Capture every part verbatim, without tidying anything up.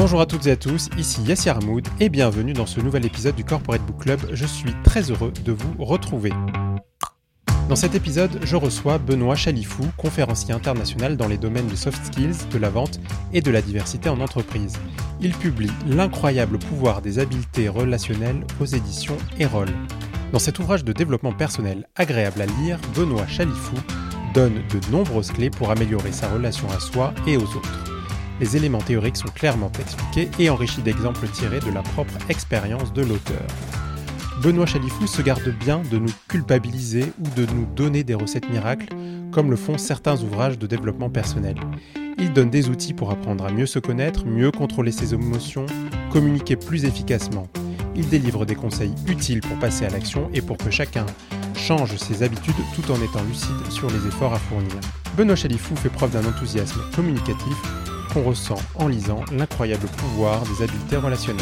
Bonjour à toutes et à tous, ici Yassir Hamoud et bienvenue dans ce nouvel épisode du Corporate Book Club. Je suis très heureux de vous retrouver. Dans cet épisode, je reçois Benoît Chalifou, conférencier international dans les domaines de soft skills, de la vente et de la diversité en entreprise. Il publie L'incroyable pouvoir des habiletés relationnelles aux éditions Erol. Dans cet ouvrage de développement personnel agréable à lire, Benoît Chalifou donne de nombreuses clés pour améliorer sa relation à soi et aux autres. Les éléments théoriques sont clairement expliqués et enrichis d'exemples tirés de la propre expérience de l'auteur. Benoît Chalifou se garde bien de nous culpabiliser ou de nous donner des recettes miracles, comme le font certains ouvrages de développement personnel. Il donne des outils pour apprendre à mieux se connaître, mieux contrôler ses émotions, communiquer plus efficacement. Il délivre des conseils utiles pour passer à l'action et pour que chacun change ses habitudes tout en étant lucide sur les efforts à fournir. Benoît Chalifou fait preuve d'un enthousiasme communicatif qu'on ressent en lisant L'incroyable pouvoir des habiletés relationnelles.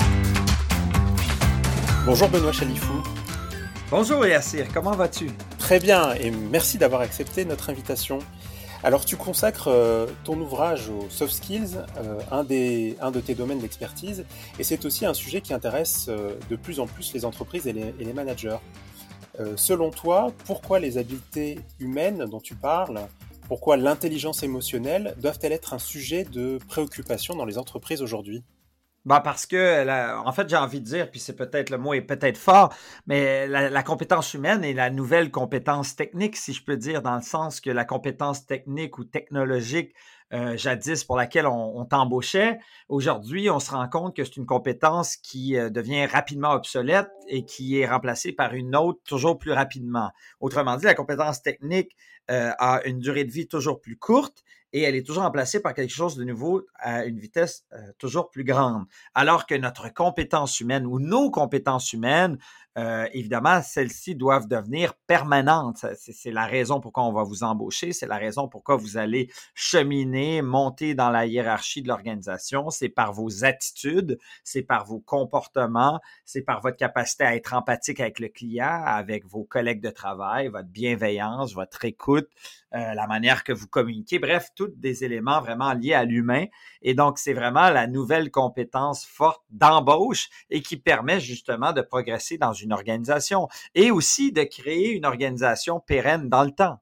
Bonjour Benoît Chalifou. Bonjour Yassir, comment vas-tu? Très bien et merci d'avoir accepté notre invitation. Alors tu consacres euh, ton ouvrage aux soft skills, euh, un, des, un de tes domaines d'expertise, et c'est aussi un sujet qui intéresse euh, de plus en plus les entreprises et les, et les managers. Euh, selon toi, pourquoi les habiletés humaines dont tu parles, pourquoi l'intelligence émotionnelle doivent-elles être un sujet de préoccupation dans les entreprises aujourd'hui? Ben parce que, la, en fait, j'ai envie de dire, puis c'est peut-être, le mot est peut-être fort, mais la, la compétence humaine est la nouvelle compétence technique, si je peux dire, dans le sens que la compétence technique ou technologique, euh, jadis pour laquelle on, on t'embauchait, aujourd'hui, on se rend compte que c'est une compétence qui euh, devient rapidement obsolète et qui est remplacée par une autre toujours plus rapidement. Autrement dit, la compétence technique euh, a une durée de vie toujours plus courte et elle est toujours remplacée par quelque chose de nouveau à une vitesse euh, toujours plus grande. Alors que notre compétence humaine ou nos compétences humaines, euh, évidemment, celles-ci doivent devenir permanentes. C'est, c'est la raison pourquoi on va vous embaucher, c'est la raison pourquoi vous allez cheminer, monter dans la hiérarchie de l'organisation. C'est par vos attitudes, c'est par vos comportements, c'est par votre capacité à être empathique avec le client, avec vos collègues de travail, votre bienveillance, votre écoute, euh, la manière que vous communiquez. Bref, tous des éléments vraiment liés à l'humain. Et donc, c'est vraiment la nouvelle compétence forte d'embauche et qui permet justement de progresser dans une organisation et aussi de créer une organisation pérenne dans le temps.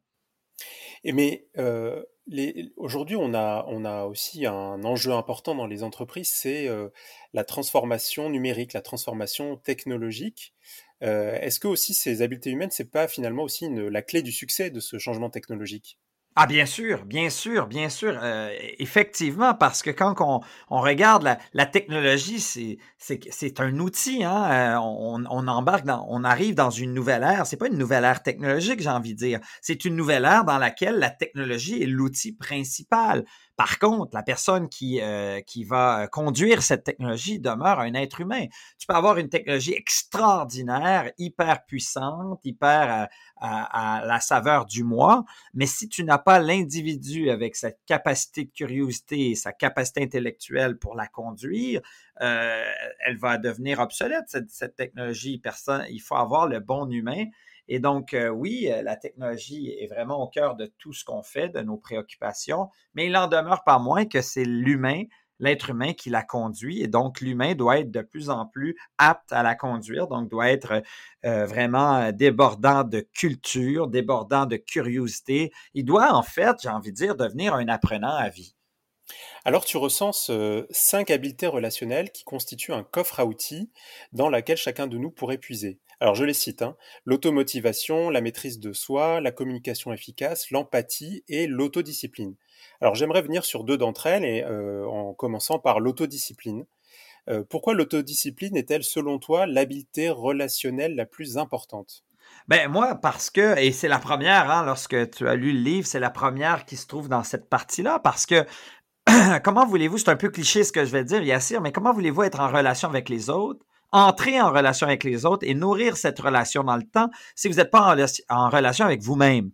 Et mais euh, les, aujourd'hui, on a, on a aussi un enjeu important dans les entreprises, c'est euh, la transformation numérique, la transformation technologique. Euh, est-ce que aussi ces habiletés humaines, c'est pas finalement aussi une, la clé du succès de ce changement technologique? Ah bien sûr, bien sûr, bien sûr, euh, effectivement, parce que quand on, on regarde la, la technologie, c'est, c'est, c'est un outil, hein, euh, on, on embarque dans, on arrive dans une nouvelle ère. C'est pas une nouvelle ère technologique, j'ai envie de dire. C'est une nouvelle ère dans laquelle la technologie est l'outil principal. Par contre, la personne qui, euh, qui va conduire cette technologie demeure un être humain. Tu peux avoir une technologie extraordinaire, hyper puissante, hyper à, à, à la saveur du moi, mais si tu n'as pas l'individu avec sa capacité de curiosité et sa capacité intellectuelle pour la conduire, euh, elle va devenir obsolète, cette, cette technologie. Personne, il faut avoir le bon humain. Et donc, euh, oui, la technologie est vraiment au cœur de tout ce qu'on fait, de nos préoccupations, mais il n'en demeure pas moins que c'est l'humain, l'être humain qui la conduit. Et donc, l'humain doit être de plus en plus apte à la conduire, donc doit être euh, vraiment débordant de culture, débordant de curiosité. Il doit, en fait, j'ai envie de dire, devenir un apprenant à vie. Alors tu recenses euh, cinq habiletés relationnelles qui constituent un coffre à outils dans lequel chacun de nous pourrait puiser. Alors je les cite, hein, l'automotivation, la maîtrise de soi, la communication efficace, l'empathie et l'autodiscipline. Alors j'aimerais venir sur deux d'entre elles et euh, en commençant par l'autodiscipline. Euh, pourquoi l'autodiscipline est-elle selon toi l'habileté relationnelle la plus importante? Ben moi, parce que, et c'est la première, hein, lorsque tu as lu le livre, c'est la première qui se trouve dans cette partie-là, parce que comment voulez-vous, c'est un peu cliché ce que je vais dire, Yassir, mais comment voulez-vous être en relation avec les autres, entrer en relation avec les autres et nourrir cette relation dans le temps si vous n'êtes pas en, en relation avec vous-même?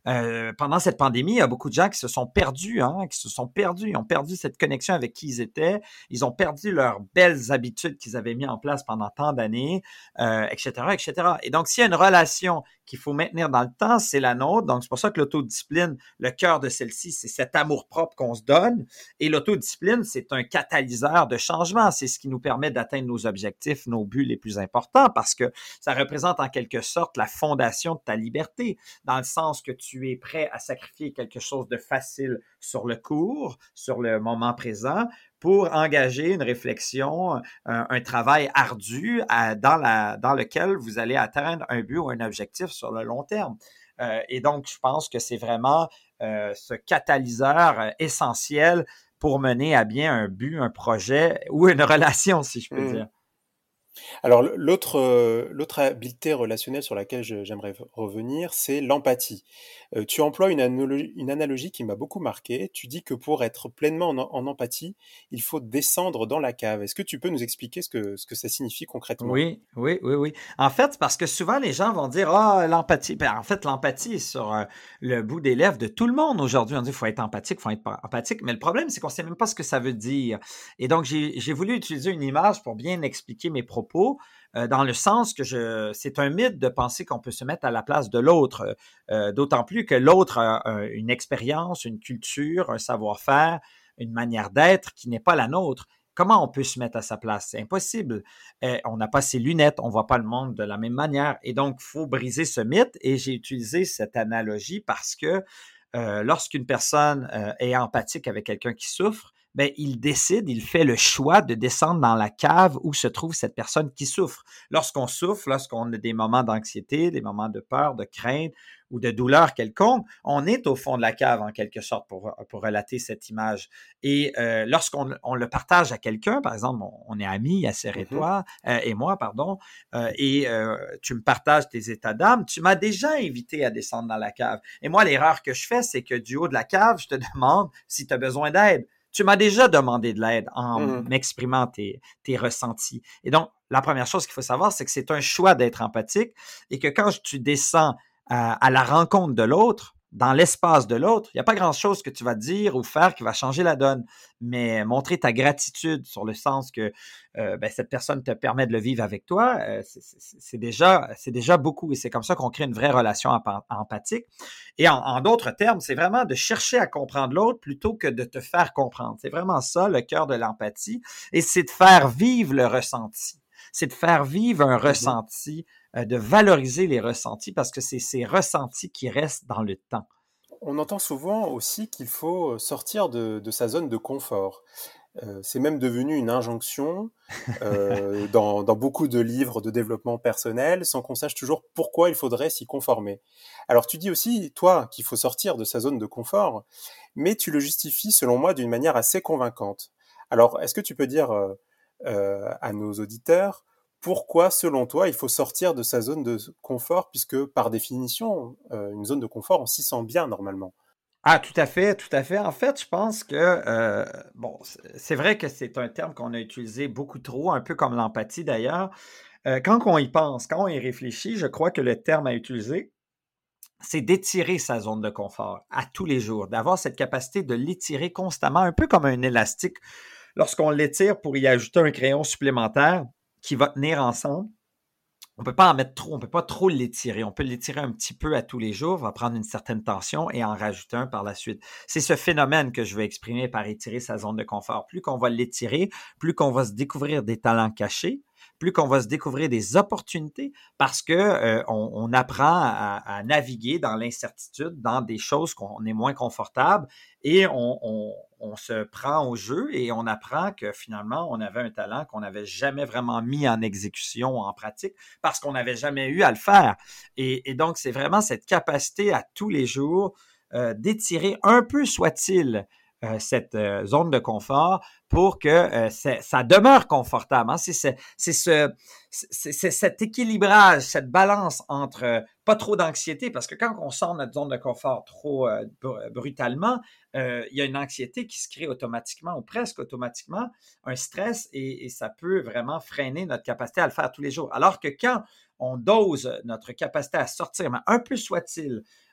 euh, pendant cette pandémie, il y a beaucoup de gens qui se sont perdus, hein, qui se sont perdus, ils ont perdu cette connexion avec qui ils étaient, ils ont perdu leurs belles habitudes qu'ils avaient mis en place pendant tant d'années, euh, et cetera, et cetera. Et donc, s'il y a une relation qu'il faut maintenir dans le temps, c'est la nôtre. Donc, c'est pour ça que l'autodiscipline, le cœur de celle-ci, c'est cet amour-propre qu'on se donne. Et l'autodiscipline, c'est un catalyseur de changement. C'est ce qui nous permet d'atteindre nos objectifs, nos buts les plus importants, parce que ça représente en quelque sorte la fondation de ta liberté, dans le sens que tu es prêt à sacrifier quelque chose de facile sur le court, sur le moment présent, pour engager une réflexion, un, un travail ardu à, dans, la, dans lequel vous allez atteindre un but ou un objectif sur le long terme. Euh, et donc, je pense que c'est vraiment euh, ce catalyseur euh, essentiel pour mener à bien un but, un projet ou une relation, si je peux mmh. dire. Alors l'autre euh, l'autre habileté relationnelle sur laquelle je, j'aimerais revenir, c'est l'empathie. Euh, tu emploies une analogie, une analogie qui m'a beaucoup marqué. Tu dis que pour être pleinement en, en empathie, il faut descendre dans la cave. Est-ce que tu peux nous expliquer ce que, ce que ça signifie concrètement? Oui, oui, oui, oui. En fait, c'est parce que souvent les gens vont dire « Ah, l'empathie ». Ben, en fait, l'empathie est sur euh, le bout des lèvres de tout le monde aujourd'hui. On dit « Il faut être empathique, il faut être empathique ». Mais le problème, c'est qu'on ne sait même pas ce que ça veut dire. Et donc, j'ai, j'ai voulu utiliser une image pour bien expliquer mes propos. Euh, dans le sens que je, c'est un mythe de penser qu'on peut se mettre à la place de l'autre, euh, d'autant plus que l'autre a, a une expérience, une culture, un savoir-faire, une manière d'être qui n'est pas la nôtre. Comment on peut se mettre à sa place? C'est impossible. Euh, on n'a pas ses lunettes, on ne voit pas le monde de la même manière. Et donc, il faut briser ce mythe. Et j'ai utilisé cette analogie parce que euh, lorsqu'une personne euh, est empathique avec quelqu'un qui souffre, ben, il décide, il fait le choix de descendre dans la cave où se trouve cette personne qui souffre. Lorsqu'on souffre, lorsqu'on a des moments d'anxiété, des moments de peur, de crainte ou de douleur quelconque, on est au fond de la cave en quelque sorte pour, pour relater cette image. Et euh, lorsqu'on on le partage à quelqu'un, par exemple, on, on est amis, Yasser et toi, euh, et moi, pardon, euh, et euh, tu me partages tes états d'âme, tu m'as déjà invité à descendre dans la cave. Et moi, l'erreur que je fais, c'est que du haut de la cave, je te demande si tu as besoin d'aide. Tu m'as déjà demandé de l'aide en mmh. m'exprimant tes, tes ressentis. Et donc, la première chose qu'il faut savoir, c'est que c'est un choix d'être empathique et que quand tu descends à, à la rencontre de l'autre, dans l'espace de l'autre, il n'y a pas grand-chose que tu vas dire ou faire qui va changer la donne. Mais montrer ta gratitude sur le sens que euh, ben, cette personne te permet de le vivre avec toi, euh, c'est, c'est, c'est, déjà, c'est déjà beaucoup. Et c'est comme ça qu'on crée une vraie relation empathique. Et en, en d'autres termes, c'est vraiment de chercher à comprendre l'autre plutôt que de te faire comprendre. C'est vraiment ça, le cœur de l'empathie. Et c'est de faire vivre le ressenti. C'est de faire vivre un mmh. ressenti, euh, de valoriser les ressentis parce que c'est ces ressentis qui restent dans le temps. On entend souvent aussi qu'il faut sortir de, de sa zone de confort. Euh, c'est même devenu une injonction euh, dans, dans beaucoup de livres de développement personnel, sans qu'on sache toujours pourquoi il faudrait s'y conformer. Alors tu dis aussi, toi, qu'il faut sortir de sa zone de confort, mais tu le justifies, selon moi, d'une manière assez convaincante. Alors, est-ce que tu peux dire euh, euh, à nos auditeurs pourquoi, selon toi, il faut sortir de sa zone de confort, puisque par définition, euh, une zone de confort, on s'y sent bien normalement? Ah, tout à fait, tout à fait. En fait, je pense que, euh, bon, c'est vrai que c'est un terme qu'on a utilisé beaucoup trop, un peu comme l'empathie d'ailleurs. Euh, quand on y pense, quand on y réfléchit, je crois que le terme à utiliser, c'est d'étirer sa zone de confort à tous les jours, d'avoir cette capacité de l'étirer constamment, un peu comme un élastique. Lorsqu'on l'étire pour y ajouter un crayon supplémentaire qui va tenir ensemble, on ne peut pas en mettre trop, on ne peut pas trop l'étirer. On peut l'étirer un petit peu à tous les jours, on va prendre une certaine tension et en rajouter un par la suite. C'est ce phénomène que je veux exprimer par étirer sa zone de confort. Plus qu'on va l'étirer, plus qu'on va se découvrir des talents cachés, plus qu'on va se découvrir des opportunités parce que euh, on, on apprend à, à naviguer dans l'incertitude, dans des choses qu'on est moins confortable et on, on, on se prend au jeu et on apprend que finalement, on avait un talent qu'on n'avait jamais vraiment mis en exécution, en pratique, parce qu'on n'avait jamais eu à le faire. Et, et donc, c'est vraiment cette capacité à tous les jours euh, d'étirer un peu soit-il Euh, cette euh, zone de confort pour que euh, ça demeure confortable. Hein? C'est, c'est, c'est, ce, c'est, c'est cet équilibrage, cette balance entre euh, pas trop d'anxiété, parce que quand on sort de notre zone de confort trop euh, brutalement, euh, il y a une anxiété qui se crée automatiquement ou presque automatiquement, un stress et, et ça peut vraiment freiner notre capacité à le faire tous les jours. Alors que quand on dose notre capacité à sortir, mais un peu soit-il,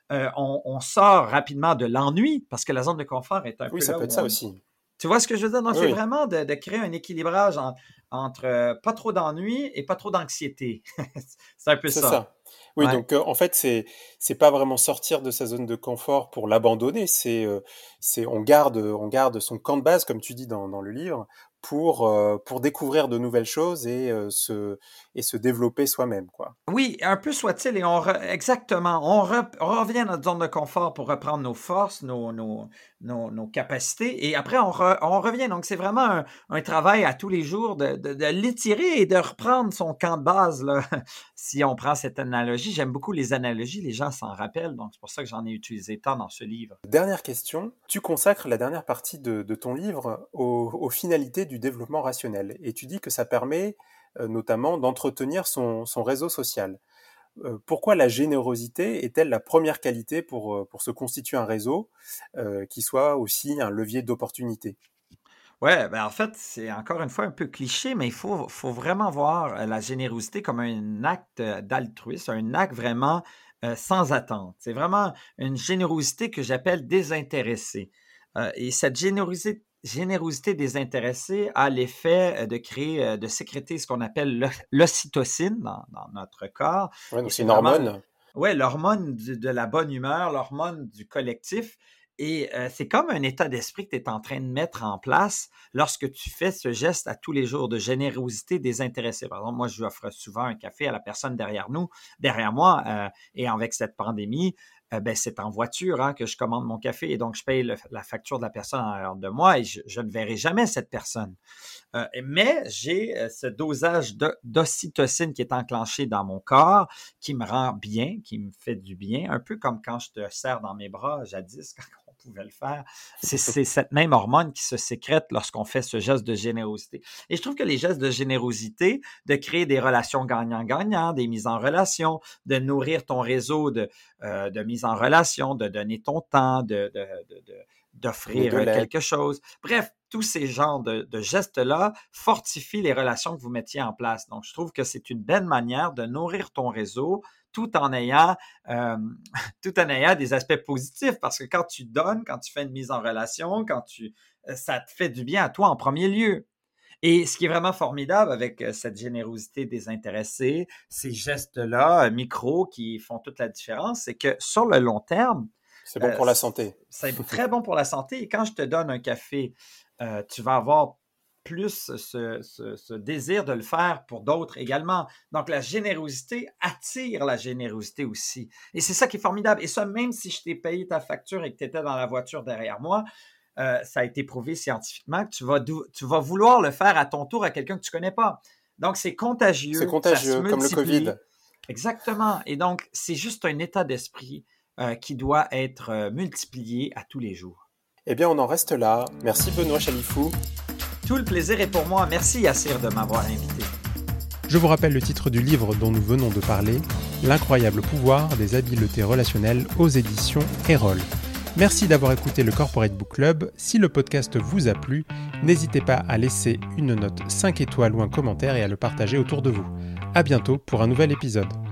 euh, on, on sort rapidement de l'ennui parce que la zone de confort est un oui, peu ça là peut où être ça on... aussi. Tu vois ce que je veux dire? Donc, Oui, c'est oui. vraiment de, de créer un équilibrage en- entre euh, pas trop d'ennui et pas trop d'anxiété. C'est un peu C'est ça. ça. Oui, Ouais. donc euh, en fait, c'est c'est pas vraiment sortir de sa zone de confort pour l'abandonner. C'est euh, c'est on garde on garde son camp de base, comme tu dis dans dans le livre, pour euh, pour découvrir de nouvelles choses et euh, se et se développer soi-même, quoi. Oui, un peu soit-il, et on re- exactement, on, re- on revient à notre zone de confort pour reprendre nos forces, nos, nos, nos, nos capacités, et après on, re- on revient. Donc c'est vraiment un, un travail à tous les jours de, de, de l'étirer et de reprendre son camp de base, là. Si on prend cette analogie, j'aime beaucoup les analogies, les gens s'en rappellent, donc c'est pour ça que j'en ai utilisé tant dans ce livre. Dernière question. Tu consacres la dernière partie de, de ton livre aux, aux finalités du développement rationnel et tu dis que ça permet euh, notamment d'entretenir son, son réseau social. Euh, pourquoi la générosité est-elle la première qualité pour, euh, pour se constituer un réseau euh, qui soit aussi un levier d'opportunité? Ouais, ben en fait, c'est encore une fois un peu cliché, mais il faut, faut vraiment voir euh, la générosité comme un acte euh, d'altruisme, un acte vraiment euh, sans attente. C'est vraiment une générosité que j'appelle désintéressée. Euh, et cette générosité, générosité désintéressée a l'effet euh, de créer, euh, de sécréter ce qu'on appelle l'o- l'ocytocine dans, dans notre corps. Ouais, Et donc c'est c'est une vraiment, hormone. ouais, l'hormone du- de la bonne humeur, l'hormone du collectif. Et euh, c'est comme un état d'esprit que tu es en train de mettre en place lorsque tu fais ce geste à tous les jours de générosité désintéressée. Par exemple, moi, je lui offre souvent un café à la personne derrière nous, derrière moi, euh, et avec cette pandémie, euh, ben, c'est en voiture hein, que je commande mon café et donc je paye le- la facture de la personne en arrière de moi et je, je ne verrai jamais cette personne. Euh, mais j'ai euh, ce dosage de- d'ocytocine qui est enclenché dans mon corps, qui me rend bien, qui me fait du bien, un peu comme quand je te serre dans mes bras jadis, quand on pouvait le faire. C'est c'est cette même hormone qui se sécrète lorsqu'on fait ce geste de générosité. Et je trouve que les gestes de générosité, de créer des relations gagnant-gagnant, des mises en relation, de nourrir ton réseau de, euh, de mise en relation, de donner ton temps, de, de, de, de Donner de d'offrir l'aide. quelque chose. Bref, tous ces genres de, de gestes-là fortifient les relations que vous mettiez en place. Donc, je trouve que c'est une belle manière de nourrir ton réseau tout en ayant, euh, tout en ayant des aspects positifs. Parce que quand tu donnes, quand tu fais une mise en relation, quand tu, ça te fait du bien à toi en premier lieu. Et ce qui est vraiment formidable avec cette générosité désintéressée, ces gestes-là, micro, qui font toute la différence, c'est que sur le long terme, C'est bon euh, pour la santé. c'est très bon pour la santé. Et quand je te donne un café, euh, tu vas avoir plus ce, ce, ce désir de le faire pour d'autres également. Donc, la générosité attire la générosité aussi. Et c'est ça qui est formidable. Et ça, même si je t'ai payé ta facture et que tu étais dans la voiture derrière moi, euh, ça a été prouvé scientifiquement que tu vas, dou- tu vas vouloir le faire à ton tour à quelqu'un que tu connais pas. Donc, c'est C'est contagieux, ça se contagieux, comme le multiplie. Covid. Exactement. Et donc, c'est juste un état d'esprit euh, qui doit être euh, multiplié à tous les jours. Eh bien, on en reste là. Merci Benoît Chalifou. Tout le plaisir est pour moi. Merci Yassir de m'avoir invité. Je vous rappelle le titre du livre dont nous venons de parler, L'incroyable pouvoir des habiletés relationnelles aux éditions Erol. Merci d'avoir écouté le Corporate Book Club. Si le podcast vous a plu, n'hésitez pas à laisser une note cinq étoiles ou un commentaire et à le partager autour de vous. À bientôt pour un nouvel épisode.